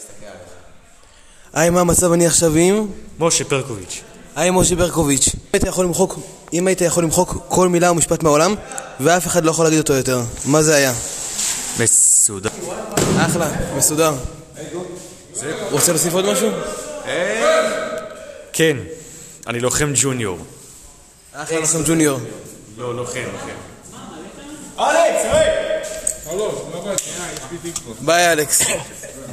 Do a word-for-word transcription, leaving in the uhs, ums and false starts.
היי, מה המצב? אני עכשיו עם... משה פרקוביץ'. היי, משה פרקוביץ'. אם היית יכול למחוק, אם היית יכול למחוק כל מילה או משפט מהעולם, ואף אחד לא יכול להגיד אותו יותר, מה זה היה? מסודר. אחלה, מסודר. רוצה להוסיף עוד משהו? כן, אני לוחם ג'וניור. אחלה, לוחם ג'וניור. לא, לוחם, לוחם. אלכס, היי! ביי, אלכס.